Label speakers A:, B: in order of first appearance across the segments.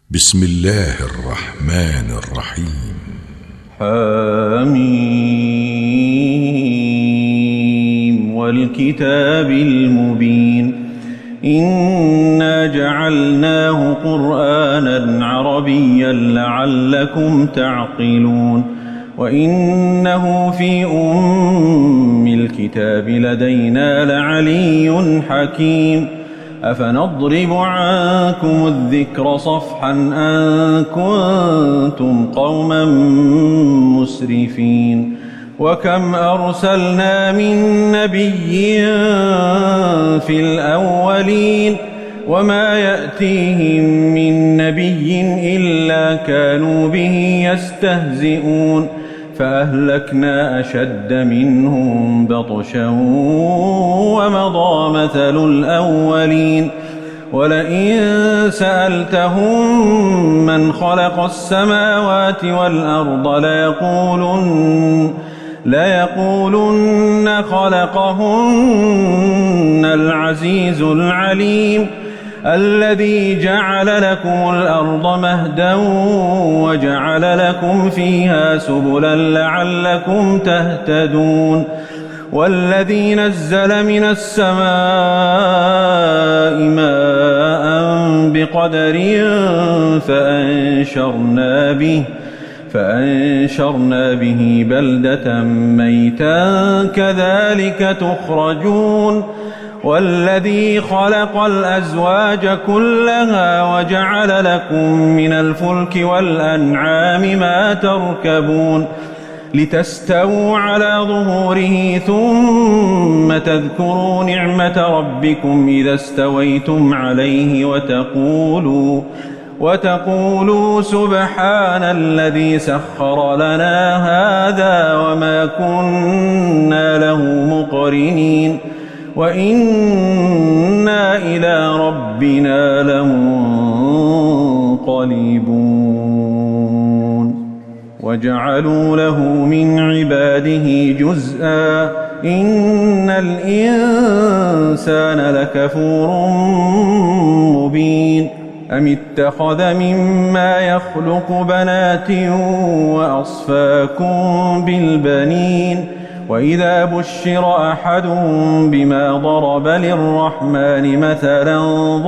A: بسم الله الرحمن الرحيم.
B: حميم والكتاب المبين إنا جعلناه قرآنا عربيا لعلكم تعقلون وإنه في أم الكتاب لدينا لعلي حكيم أفنضرب عنكم الذكر صفحا أن كنتم قوما مسرفين وكم أرسلنا من نبي في الأولين وما يأتيهم من نبي إلا كانوا به يستهزئون فأهلكنا أشد منهم بطشا ومضى مثل الأولين ولئن سألتهم من خلق السماوات والأرض ليقولن خلقهن العزيز العليم الذي جعل لكم الأرض مهدا وجعل لكم فيها سبلا لعلكم تهتدون والذي نزل من السماء ماء بقدر فأنشرنا به بلدة ميتا كذلك تخرجون والذي خلق الأزواج كلها وجعل لكم من الفلك والأنعام ما تركبون لتستووا على ظهوره ثم تذكروا نعمة ربكم إذا استويتم عليه وتقولوا سبحان الذي سخر لنا هذا وما كنا له مقرنين وإنا إلى ربنا لمنقلبون وجعلوا له من عباده جزءا إن الإنسان لكفور مبين أم اتخذ مما يخلق بنات وأصفاكم بالبنين وإذا بشر أحد بما ضرب للرحمن مثلا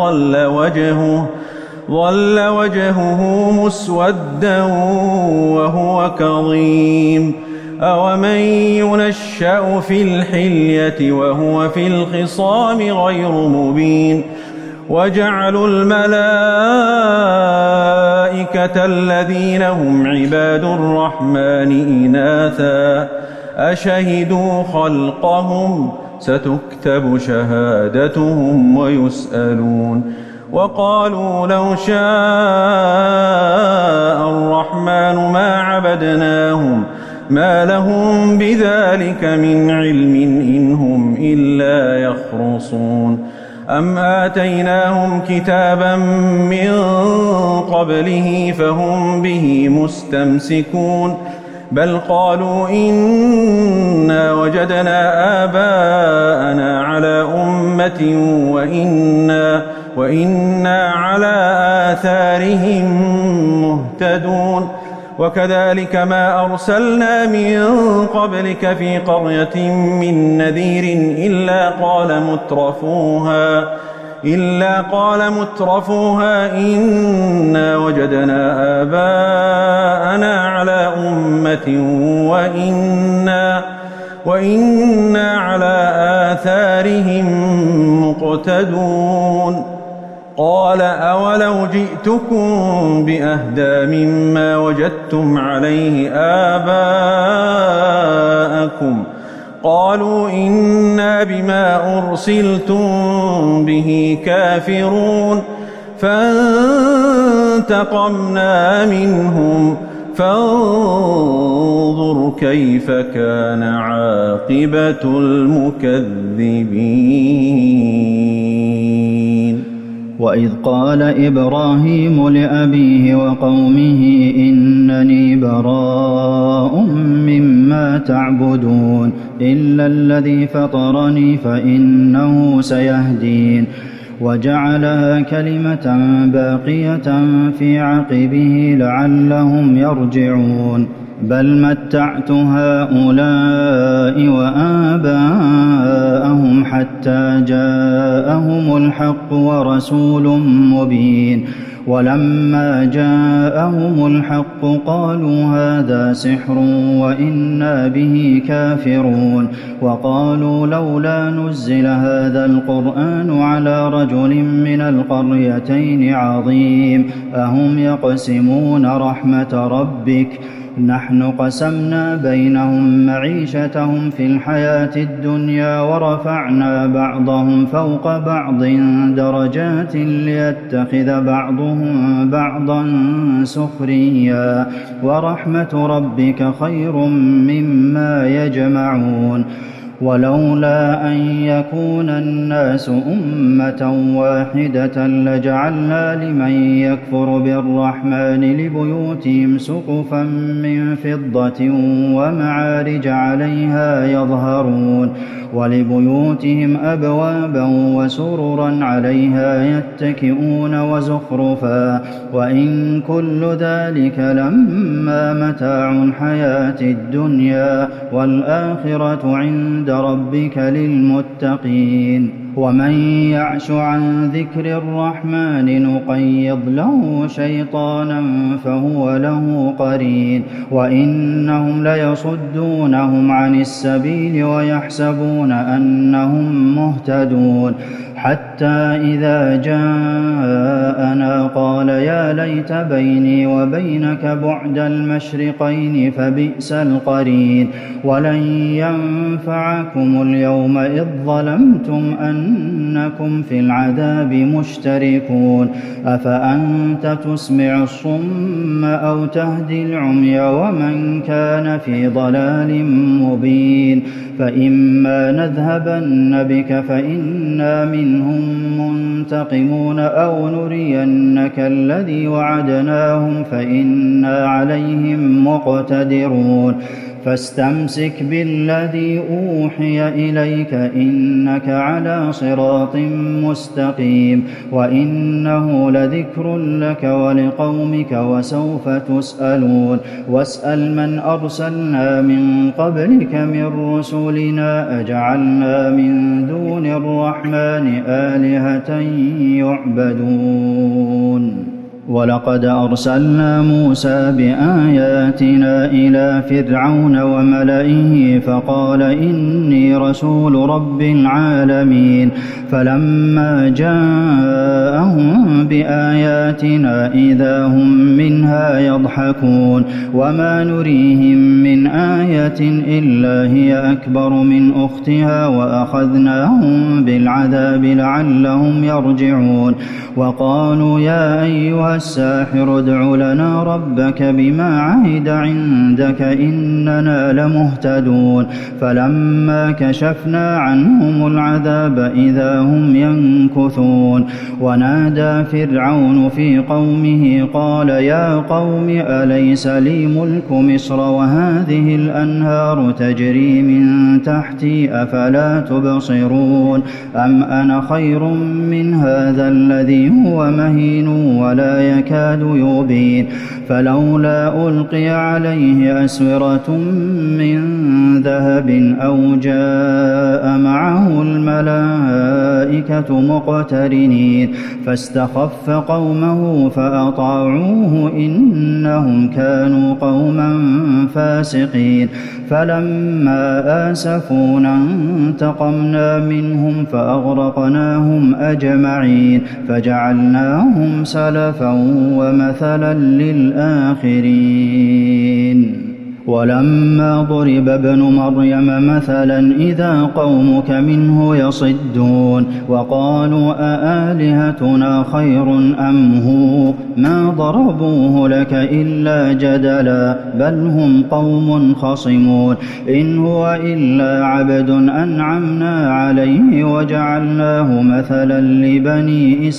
B: ظل وجهه مسودا وهو كظيم أومن ينشأ في الحلية وهو في الخصام غير مبين وجعلوا الملائكة الذين هم عباد الرحمن إناثا أشهدوا خلقهم ستكتب شهادتهم ويسألون وقالوا لو شاء الرحمن ما عبدناهم ما لهم بذلك من علم إن هم إلا يخرصون أم آتيناهم كتابا من قبله فهم به مستمسكون بل قالوا إنا وجدنا آباءنا على أمة وإنا على آثارهم مهتدون وكذلك ما أرسلنا من قبلك في قرية من نذير إلا قال مترفوها إنا وجدنا آباءنا على أمة وإنا على آثارهم مقتدون قال أولو جئتكم بأهدى مما وجدتم عليه آباءكم قالوا إنا بما أرسلتم به كافرون فانتقمنا منهم فانظر كيف كان عاقبة المكذبين
C: وإذ قال إبراهيم لأبيه وقومه إنني براء مما تعبدون إلا الذي فطرني فإنه سيهدين وجعلها كلمة باقية في عقبه لعلهم يرجعون بل متعت هؤلاء وآباءهم حتى جاءهم الحق ورسول مبين ولما جاءهم الحق قالوا هذا سحر وإنا به كافرون وقالوا لولا نزل هذا القرآن على رجل من القريتين عظيم أهم يقسمون رحمة ربك نحن قسمنا بينهم معيشتهم في الحياة الدنيا ورفعنا بعضهم فوق بعض درجات ليتخذ بعضهم بعضا سخريا ورحمة ربك خير مما يجمعون ولولا أن يكون الناس أمة واحدة لجعلنا لمن يكفر بالرحمن لبيوتهم سقفا من فضة ومعارج عليها يظهرون ولبيوتهم أبوابا وسررا عليها يتكئون وزخرفا وإن كل ذلك لما متاع الحياة الدنيا والآخرة عند ربك للمتقين ومن يعش عن ذكر الرحمن نقيض له شيطانا فهو له قرين وإنهم ليصدونهم عن السبيل ويحسبون أنهم مهتدون حتى إذا جاءنا قال يا ليت بيني وبينك بعد المشرقين فبئس القرين ولن ينفعكم اليوم إذ ظلمتم أنكم في العذاب مشتركون أفأنت تسمع الصم أو تهدي العمي ومن كان في ضلال مبين فإما نذهبن بك فإنا منهم منتقمون أو نرينك الذي وعدناهم فإنا عليهم مقتدرون فاستمسك بالذي أوحي إليك إنك على صراط مستقيم وإنه لذكر لك ولقومك وسوف تسألون واسأل من أرسلنا من قبلك من رسلنا أجعلنا من دون الرحمن آلهة يعبدون ولقد أرسلنا موسى بآياتنا إلى فرعون وملئه فقال إني رسول رب العالمين فلما جاءهم بآياتنا إذا هم منها يضحكون وما نريهم من آية إلا هي أكبر من أختها وأخذناهم بالعذاب لعلهم يرجعون وقالوا يا أيها الساحر ادع لنا ربك بما عهد عندك إننا لمهتدون فلما كشفنا عنهم العذاب إذا هم ينكثون ونادى فرعون في قومه قال يا قوم أليس لي ملك مصر وهذه الأنهار تجري من تحتي أفلا تبصرون أم أنا خير من هذا الذي هو مهين ولا يكاد يبين فلولا ألقي عليه أسورة من ذهب أو جاء معه الملائكة مقترنين فاستخف قومه فأطاعوه إنهم كانوا قوما فاسقين فلما آسفونا انتقمنا منهم فأغرقناهم أجمعين فجعلناهم سلفا ومثلا للآخرين ولما ضرب ابن مريم مثلا إذا قومك منه يصدون وقالوا أآلهتنا خير أم هو ما ضربوه لك إلا جدلا بل هم قوم خصمون إن هو إلا عبد أنعمنا عليه وجعلناه مثلا لبني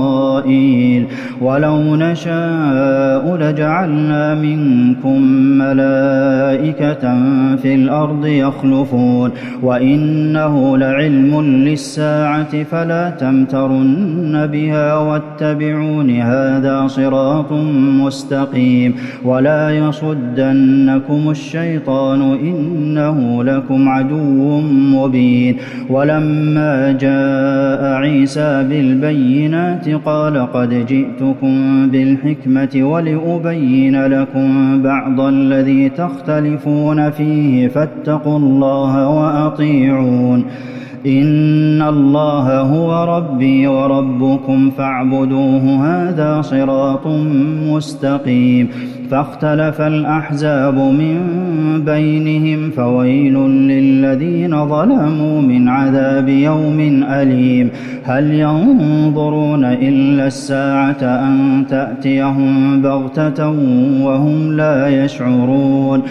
C: إسرائيل ولو نشاء لجعلنا منكم ملائكة ملائكة في الأرض يخلفون وإنه لعلم للساعة فلا تمترن بها واتبعون هذا صراط مستقيم ولا يصدنكم الشيطان إنه لكم عدو مبين ولما جاء عيسى بالبينات قال قد جئتكم بالحكمة ولأبين لكم بعض الذي تختلفون فيه فاتقوا الله وأطيعون إن الله هو ربي وربكم فاعبدوه هذا صراط مستقيم فاختلف الأحزاب من بينهم فويل للذين ظلموا من عذاب يوم أليم هل ينظرون إلا الساعة أن تأتيهم بغتة وهم لا يشعرون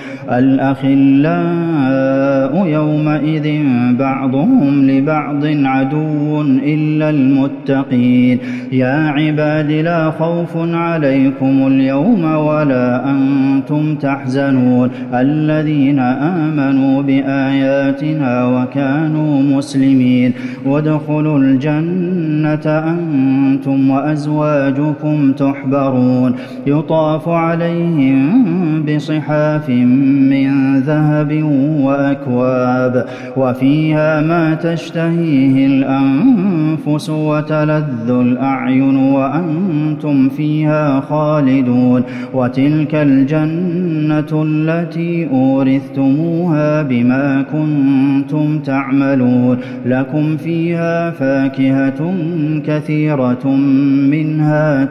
C: الأخلاء يومئذ بعضهم لبعض عدو إلا المتقين يا عباد لا خوف عليكم اليوم ولا أنتم تحزنون الذين آمنوا بآياتنا وكانوا مسلمين وادخلوا الجنة أنتم وأزواجكم تحبرون يطاف عليهم بصحاف من ذهب وأكواب وفيها ما تشتهيه الأنفس وتلذ الأعين وأنتم فيها خالدون وتلك الجنة التي أورثتموها بما كنتم تعملون لكم فيها فاكهة كثيرة منها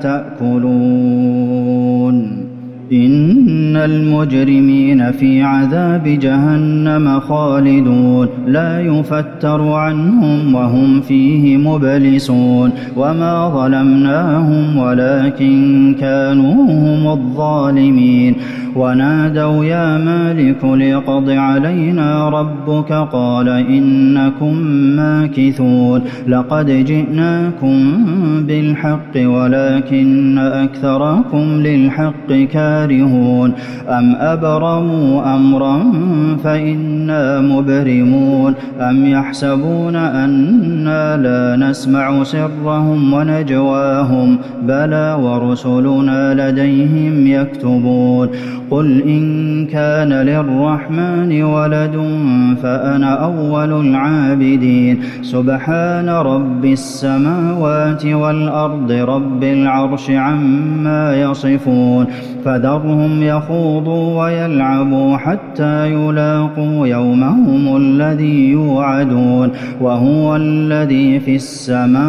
C: تأكلون إن المجرمين في عذاب جهنم خالدون لا يفتر عنهم وهم فيه مبلسون وما ظلمناهم ولكن كانوا هم الظالمين ونادوا يا مالك ليقض علينا ربك قال إنكم ماكثون لقد جئناكم بالحق ولكن أكثركم للحق كارهون أم أبرموا أمرا فإنا مبرمون أم يحسبون أنا لا نسمع سرهم ونجواهم بلى ورسلنا لديهم يكتبون قل إن كان للرحمن ولد فأنا أول العابدين سبحان رب السماوات والأرض رب العرش عما يصفون فذرهم يخوضوا ويلعبوا حتى يلاقوا يومهم الذي يوعدون وهو الذي في السماء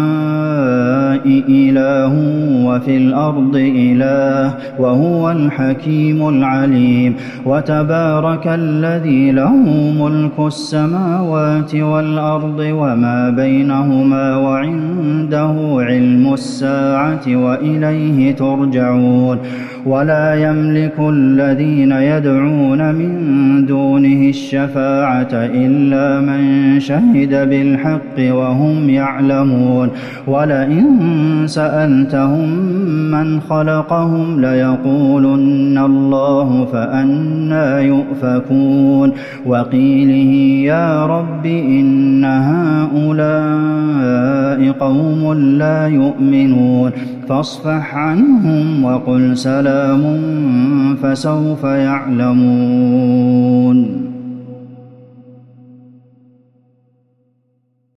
C: إله وفي الأرض إله وهو الحكيم العليم وتبارك الذي له ملك السماوات والأرض وما بينهما وعنده علم الساعة وإليه ترجعون ولا يملك الذين يدعون من دونه الشفاعة إلا من شهد بالحق وهم يعلمون ولئن سألتهم من خلقهم ليقولن الله فأنى يؤفكون وقيله يا رب إن هؤلاء قوم لا يؤمنون فاصفح عنهم وقل سلام فسوف يعلمون